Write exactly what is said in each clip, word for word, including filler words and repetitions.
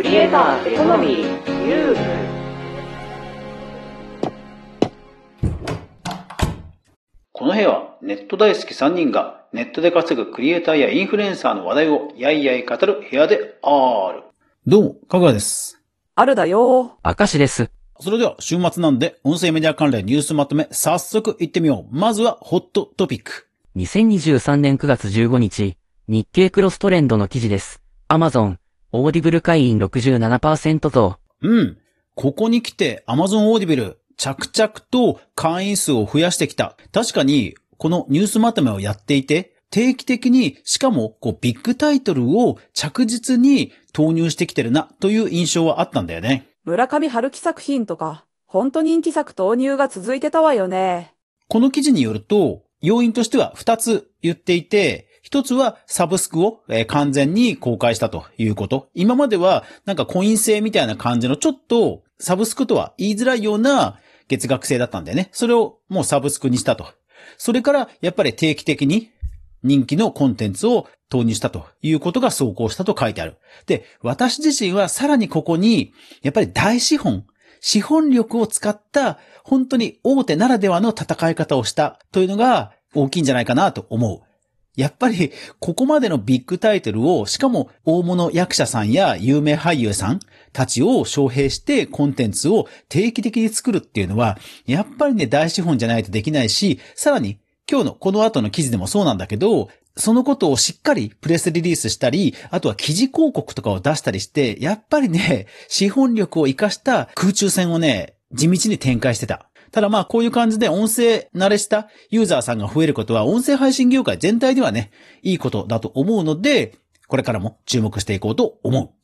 クリエイターエコノミーユーこの部屋はネット大好きさんにんがネットで稼ぐクリエイターやインフルエンサーの話題をやいやい語る部屋である。どうも、かぐわです。 あるだよ。 明石です。 それでは週末なんで音声メディア関連ニュースまとめ早速行ってみよう。まずはホットトピック。 にせんにじゅうさんねんくがつじゅうごにち、日経クロストレンドの記事です。Amazon、オーディブル会員 ろくじゅうななパーセント 増。 うん。ここに来て Amazon オーディブル、着々と会員数を増やしてきた。確かに、このニュースまとめをやっていて、定期的に、しかも、こう、ビッグタイトルを着実に投入してきてるな、という印象はあったんだよね。 村上春樹作品とか、ほんと人気作投入が続いてたわよね。 この記事によると、要因としてはふたつ言っていて、ひとつはサブスクを、えー、完全に公開したということ。今まではなんかコイン制みたいな感じのちょっとサブスクとは言いづらいような月額制だったんだよね。それをもうサブスクにしたと。それからやっぱり定期的に人気のコンテンツを投入したということが走行したと書いてある。で、私自身はさらにここにやっぱり大資本、資本力を使った本当に大手ならではの戦い方をしたというのが大きいんじゃないかなと思う。やっぱりここまでのビッグタイトルをしかも大物役者さんや有名俳優さんたちを招聘してコンテンツを定期的に作るっていうのはやっぱりね大資本じゃないとできないし、さらに今日のこの後の記事でもそうなんだけど、そのことをしっかりプレスリリースしたり、あとは記事広告とかを出したりして、やっぱりね、資本力を活かした空中戦をね、地道に展開してた。ただまあこういう感じで音声慣れしたユーザーさんが増えることは音声配信業界全体ではね、いいことだと思うので、これからも注目していこうと思う。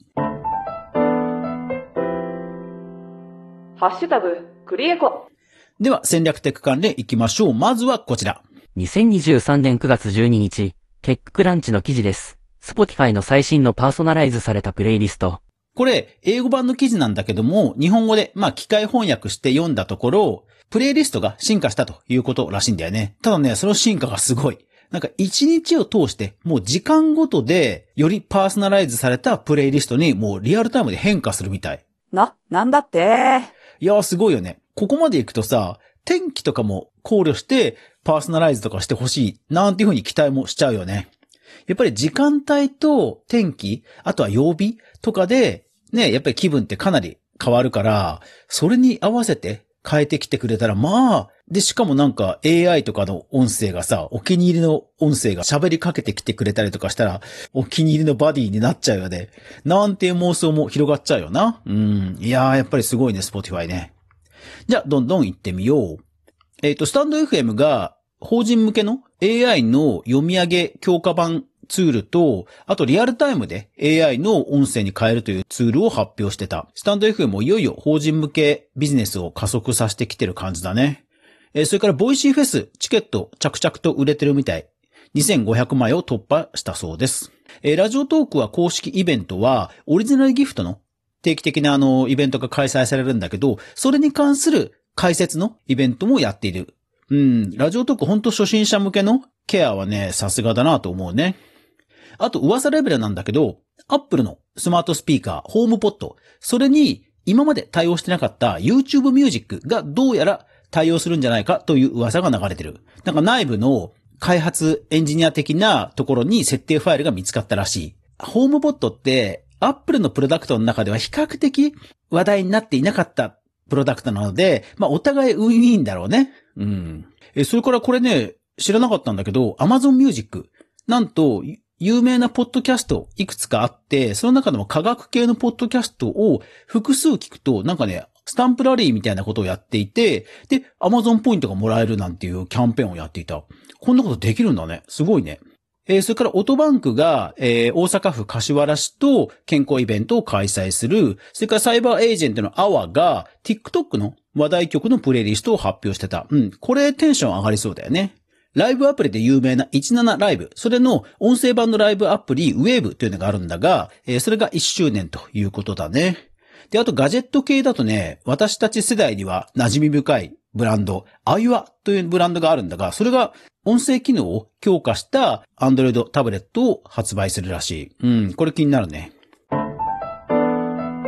ハッシュタグクリエコ。 では戦略テック関連いきましょう。まずはこちら。 にせんにじゅうさんねんくがつじゅうににち、テッククランチの記事です。Spotify の最新のパーソナライズされたプレイリスト。 これ、英語版の記事なんだけども、日本語で、まあ、機械翻訳して読んだところ、プレイリストが進化したということらしいんだよね。ただね、その進化がすごい。なんか一日を通して、もう時間ごとで、よりパーソナライズされたプレイリストにもうリアルタイムで変化するみたい。 な、なんだっていやーすごいよね。ここまで行くとさ、天気とかも考慮してパーソナライズとかしてほしいなんていう風に期待もしちゃうよね。やっぱり時間帯と天気、あとは曜日とかでね、やっぱり気分ってかなり変わるから、それに合わせて変えてきてくれたらまあ、でしかもなんか エーアイ とかの音声がさ、お気に入りの音声が喋りかけてきてくれたりとかしたら、お気に入りのバディになっちゃうよね。なんていう妄想も広がっちゃうよな。うん。いやーやっぱりすごいね、Spotify ね。じゃあ、どんどん行ってみよう。えっと、スタンド エフエム が法人向けの エーアイ の読み上げ強化版ツールと、あとリアルタイムで エーアイ の音声に変えるというツールを発表してた。スタンド エフエム もいよいよ法人向けビジネスを加速させてきてる感じだね。えー、それからボイシーフェスチケット着々と売れてるみたい。にせんごひゃくまいを突破したそうです。えー、ラジオトークは公式イベントはオリジナルギフトの定期的なあのイベントが開催されるんだけど、それに関する解説のイベントもやっている。うん、ラジオトークほんと初心者向けのケアはね、さすがだなと思うね。あと噂レベルなんだけど、Apple のスマートスピーカー、ホームポット、それに今まで対応してなかった YouTube Music がどうやら対応するんじゃないかという噂が流れてる。なんか内部の開発エンジニア的なところに設定ファイルが見つかったらしい。ホームポットってアップルのプロダクトの中では比較的話題になっていなかったプロダクトなので、まあお互いウィンウィンだろうね。うん。え、それからこれね、知らなかったんだけど、Amazon Music。なんと、有名なポッドキャストいくつかあって、その中でも科学系のポッドキャストを複数聞くと、なんかね、スタンプラリーみたいなことをやっていて、で、Amazon ポイントがもらえるなんていうキャンペーンをやっていた。こんなことできるんだね。すごいね。えー、それからオトバンクが、えー、大阪府柏原市と健康イベントを開催する。それからサイバーエージェントのアワが TikTok の話題曲のプレイリストを発表してた。うん。これテンション上がりそうだよね。ライブアプリで有名なじゅうななライブ。それの音声版のライブアプリ Wave というのがあるんだが、えー、それがいっしゅうねんということだね。で、あとガジェット系だとね、私たち世代には馴染み深いブランド、アイワというブランドがあるんだが、それが音声機能を強化した Android タブレットを発売するらしい。うん、これ気になるね。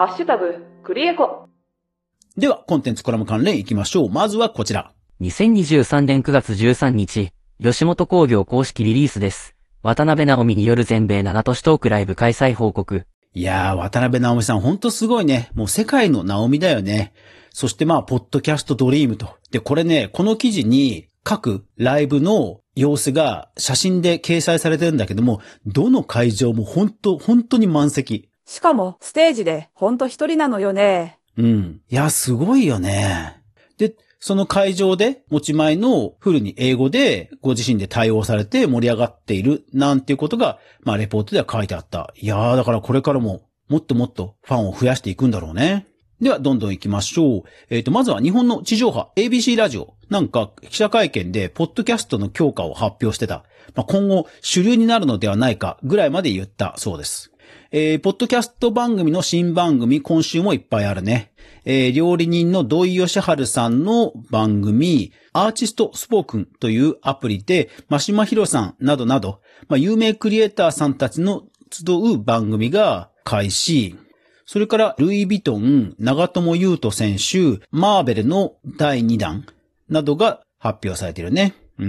ハッシュタグ、クリエコ。 では、コンテンツコラム関連いきましょう。まずはこちら。 にせんにじゅうさんねんくがつじゅうさんにち、吉本興業公式リリースです。渡辺直美による全米なな都市トークライブ開催報告。 いやー、渡辺直美さんほんとすごいね。もう世界の直美だよね。そしてまあ、ポッドキャストドリームと。で、これね、この記事に各ライブの様子が写真で掲載されてるんだけども、どの会場もほんと、本当に満席。 しかも、ステージでほんと一人なのよね。 うん。いや、すごいよね。で、その会場で持ち前のフルに英語でご自身で対応されて盛り上がっているなんていうことが、まあレポートでは書いてあった。いやー、だからこれからももっともっとファンを増やしていくんだろうね。では、どんどん行きましょう。えっと、まずは日本の地上波 エービーシー ラジオ。なんか記者会見でポッドキャストの強化を発表してた。まあ、今後主流になるのではないかぐらいまで言ったそうです。えー、ポッドキャスト番組の新番組、今週もいっぱいあるね。えー、料理人の土井善晴さんの番組、アーティストスポークンというアプリで、真島ひろさんなどなど、まあ、有名クリエイターさんたちの集う番組が開始。それから、ルイ・ヴィトン、長友佑都選手、マーベルのだいにだんなどが発表されているね。うん。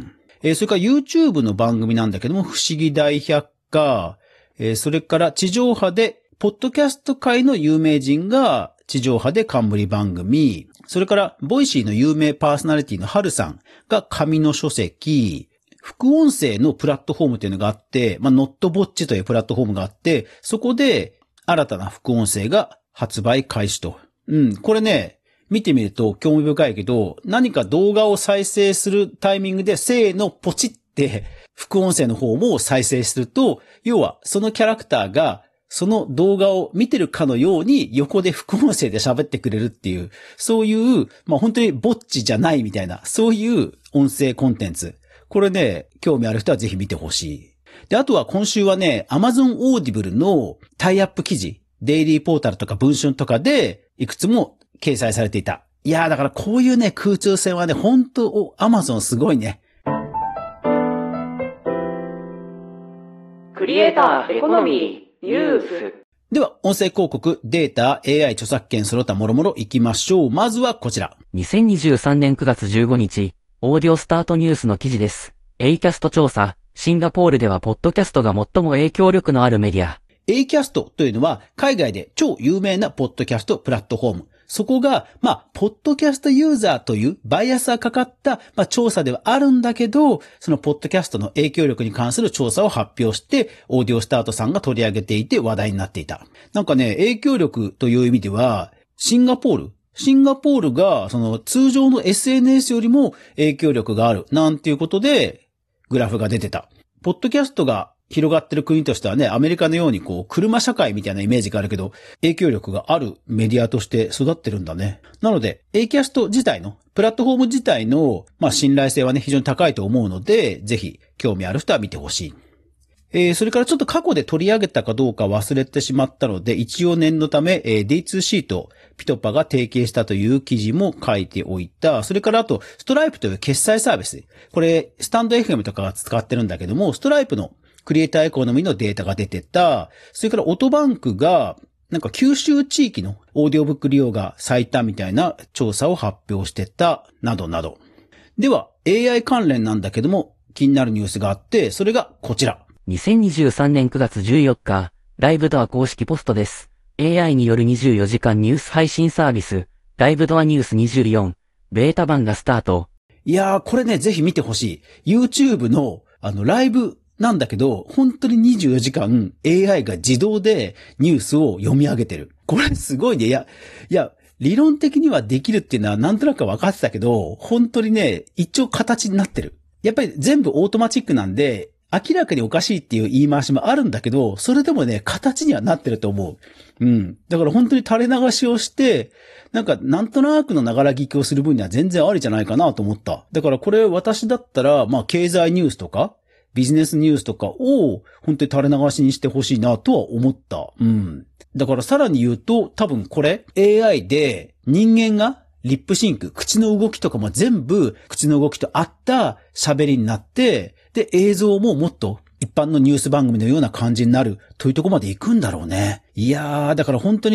えー、それから YouTube の番組なんだけども、不思議大百科、えー、それから地上波で、ポッドキャスト界の有名人が地上波で冠番組、それからボイシーの有名パーソナリティのハルさんが紙の書籍、副音声のプラットフォームというのがあって、まあ、ノットボッチというプラットフォームがあって、そこで新たな副音声が発売開始と。うん、これね、見てみると興味深いけど、何か動画を再生するタイミングでせーのポチって副音声の方も再生すると、要はそのキャラクターがその動画を見てるかのように横で副音声で喋ってくれるっていう、そういう、まあ本当にぼっちじゃないみたいな、そういう音声コンテンツ。これね、興味ある人はぜひ見てほしい。で、あとは今週はね、Amazon Audible のタイアップ記事、デイリーポータルとか文春とかでいくつも掲載されていた。いやーだからこういうね、空中戦はね、本当 Amazon すごいね。 クリエイターエコノミーニュース。 では、音声広告、データ、エーアイ 著作権その他もろもろ行きましょう。まずはこちら。 にせんにじゅうさんねんくがつじゅうごにち、オーディオスタートニュースの記事です。エーキャスト調査、シンガポールではポッドキャストが最も影響力のあるメディア。 エーキャストというのは海外で超有名なポッドキャストプラットフォーム。そこが、まあ、ポッドキャストユーザーというバイアスがかかった、まあ、調査ではあるんだけど、そのポッドキャストの影響力に関する調査を発表して、オーディオスタートさんが取り上げていて話題になっていた。なんかね、影響力という意味では、シンガポール、シンガポールが、その通常の エスエヌエス よりも影響力がある、なんていうことで、グラフが出てた。ポッドキャストが広がってる国としてはね、アメリカのようにこう、車社会みたいなイメージがあるけど、影響力があるメディアとして育ってるんだね。なので、エーキャスト自体の、プラットフォーム自体の、まあ、信頼性はね、非常に高いと思うので、ぜひ、興味ある人は見てほしい。えー、それからちょっと過去で取り上げたかどうか忘れてしまったので、一応念のため、えー、ディーツー シート、ピトパが提携したという記事も書いておいた。それからあと、ストライプという決済サービス。これ、スタンド エフエム とかが使ってるんだけども、ストライプのクリエイターエコノミーのデータが出てた。それからオートバンクが、なんか九州地域のオーディオブック利用が最多みたいな調査を発表してた。などなど。では、エーアイ 関連なんだけども、気になるニュースがあって、それがこちら。 にせんにじゅうさんねんくがつじゅうよっか、ライブドア公式ポストです。エーアイ によるにじゅうよじかんニュース配信サービス、ライブドアニュースにじゅうよん、ベータ版がスタート。 いやー、これね、ぜひ見てほしい。YouTube の、あの、ライブなんだけど、本当ににじゅうよじかん エーアイ が自動でニュースを読み上げてる。これすごいね。いや、いや、理論的にはできるっていうのはなんとなく分かってたけど、本当にね、一応形になってる。やっぱり全部オートマチックなんで、明らかにおかしいっていう言い回しもあるんだけど、それでもね、形にはなってると思う。うん。だから本当に垂れ流しをして、なんか、なんとなくのながら聞きをする分には全然ありじゃないかなと思った。だからこれ私だったら、まあ、経済ニュースとか、ビジネスニュースとかを本当に垂れ流しにしてほしいなとは思った。うん。だからさらに言うと、多分これ、エーアイ で人間がリップシンク、口の動きとかも全部口の動きと合った喋りになって、で、映像ももっと一般のニュース番組のような感じになるというところまで行くんだろうね。いやー、だから本当に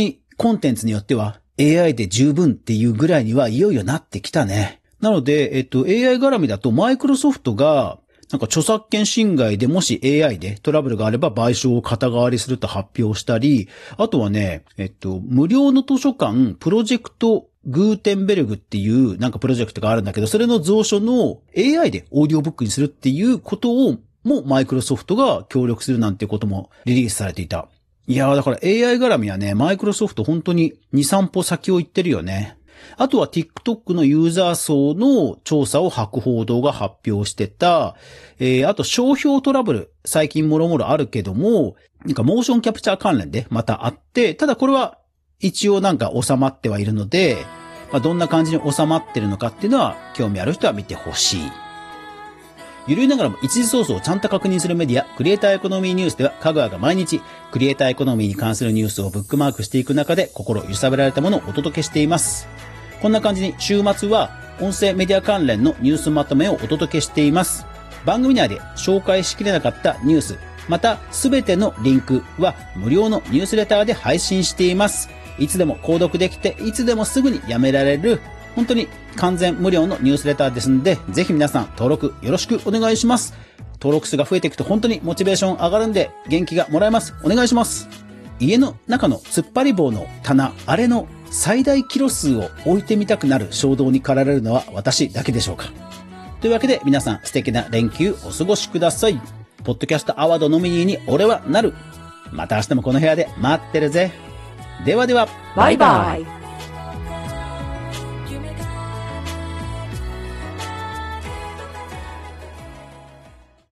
コンテンツによっては エーアイ で十分っていうぐらいにはいよいよなってきたね。なので、えっと、エーアイ 絡みだとマイクロソフトがなんか著作権侵害でもし エーアイ でトラブルがあれば賠償を肩代わりすると発表したり、あとはね、えっと、無料の図書館プロジェクトグーテンベルグっていうなんかプロジェクトがあるんだけど、それの蔵書の エーアイ でオーディオブックにするっていうことをもマイクロソフトが協力するなんていうこともリリースされていた。いやーだから エーアイ 絡みはね、マイクロソフト本当にに、さん歩先を行ってるよね。あとは TikTok のユーザー層の調査を博報堂が発表してた。えー、あと商標トラブル、最近もろもろあるけども、なんかモーションキャプチャー関連でまたあって、ただこれは一応なんか収まってはいるので、まあ、どんな感じに収まってるのかっていうのは興味ある人は見てほしい。ゆるいながらも一時ソースをちゃんと確認するメディア、クリエイターエコノミーニュースでは、香川が毎日、クリエイターエコノミーに関するニュースをブックマークしていく中で、心揺さぶられたものをお届けしています。こんな感じに週末は、音声メディア関連のニュースまとめをお届けしています。番組内で紹介しきれなかったニュース、またすべてのリンクは無料のニュースレターで配信しています。いつでも購読できて、いつでもすぐにやめられる、本当に完全無料のニュースレターですので、ぜひ皆さん登録よろしくお願いします。登録数が増えていくと本当にモチベーション上がるんで、元気がもらえます。お願いします。家の中の突っ張り棒の棚、あれの最大キロ数を置いてみたくなる衝動に駆られるのは私だけでしょうか。というわけで皆さん素敵な連休お過ごしください。ポッドキャストアワードノミニーに俺はなる。また明日もこの部屋で待ってるぜ。ではでは、 バイバイ。